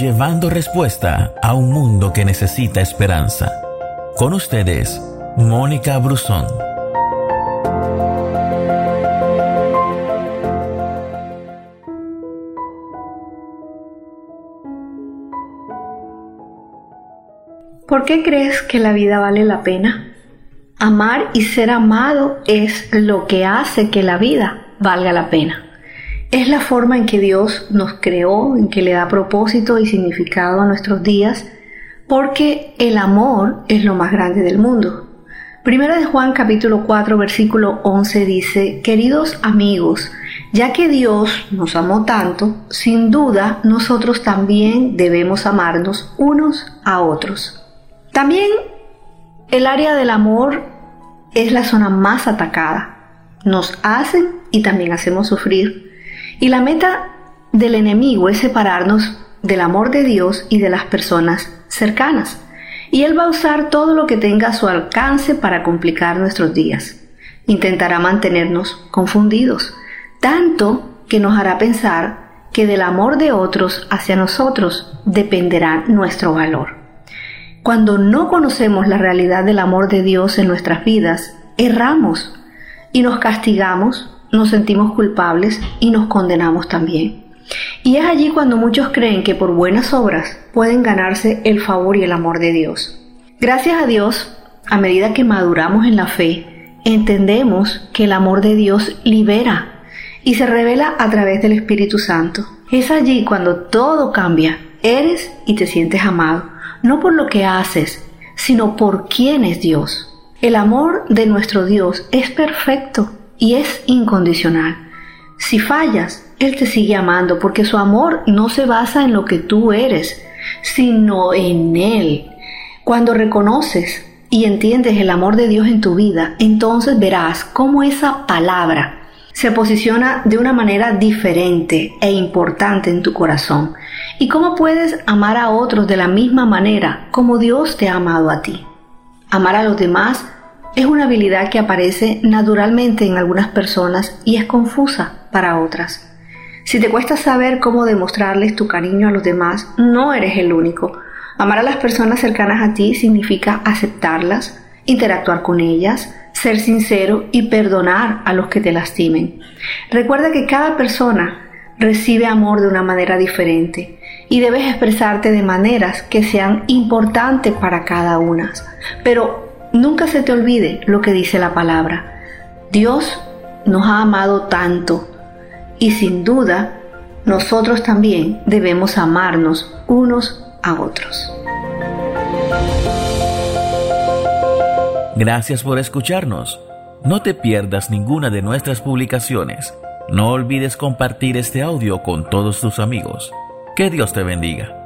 llevando respuesta a un mundo que necesita esperanza. Con ustedes, Mónica Brusón. ¿Por qué crees que la vida vale la pena? Amar y ser amado es lo que hace que la vida valga la pena. Es la forma en que Dios nos creó, en que le da propósito y significado a nuestros días, porque el amor es lo más grande del mundo. Primera de Juan capítulo 4 versículo 11 dice: queridos amigos, ya que Dios nos amó tanto, sin duda nosotros también debemos amarnos unos a otros. También el área del amor es la zona más atacada. Nos hacen y también hacemos sufrir. Y la meta del enemigo es separarnos del amor de Dios y de las personas cercanas. Y él va a usar todo lo que tenga a su alcance para complicar nuestros días. Intentará mantenernos confundidos, tanto que nos hará pensar que del amor de otros hacia nosotros dependerá nuestro valor. Cuando no conocemos la realidad del amor de Dios en nuestras vidas, erramos y nos castigamos, nos sentimos culpables y nos condenamos también. Y es allí cuando muchos creen que por buenas obras pueden ganarse el favor y el amor de Dios. Gracias a Dios, a medida que maduramos en la fe, entendemos que el amor de Dios libera y se revela a través del Espíritu Santo. Es allí cuando todo cambia. Eres y te sientes amado, no por lo que haces, sino por quién es Dios. El amor de nuestro Dios es perfecto y es incondicional. Si fallas, Él te sigue amando porque su amor no se basa en lo que tú eres, sino en Él. Cuando reconoces y entiendes el amor de Dios en tu vida, entonces verás cómo esa palabra se posiciona de una manera diferente e importante en tu corazón y cómo puedes amar a otros de la misma manera como Dios te ha amado a ti. Amar a los demás es una habilidad que aparece naturalmente en algunas personas y es confusa para otras. Si te cuesta saber cómo demostrarles tu cariño a los demás, no eres el único. Amar a las personas cercanas a ti significa aceptarlas, interactuar con ellas, ser sincero y perdonar a los que te lastimen. Recuerda que cada persona recibe amor de una manera diferente y debes expresarte de maneras que sean importantes para cada una. Pero nunca se te olvide lo que dice la palabra. Dios nos ha amado tanto y sin duda nosotros también debemos amarnos unos a otros. Gracias por escucharnos. No te pierdas ninguna de nuestras publicaciones. No olvides compartir este audio con todos tus amigos. Que Dios te bendiga.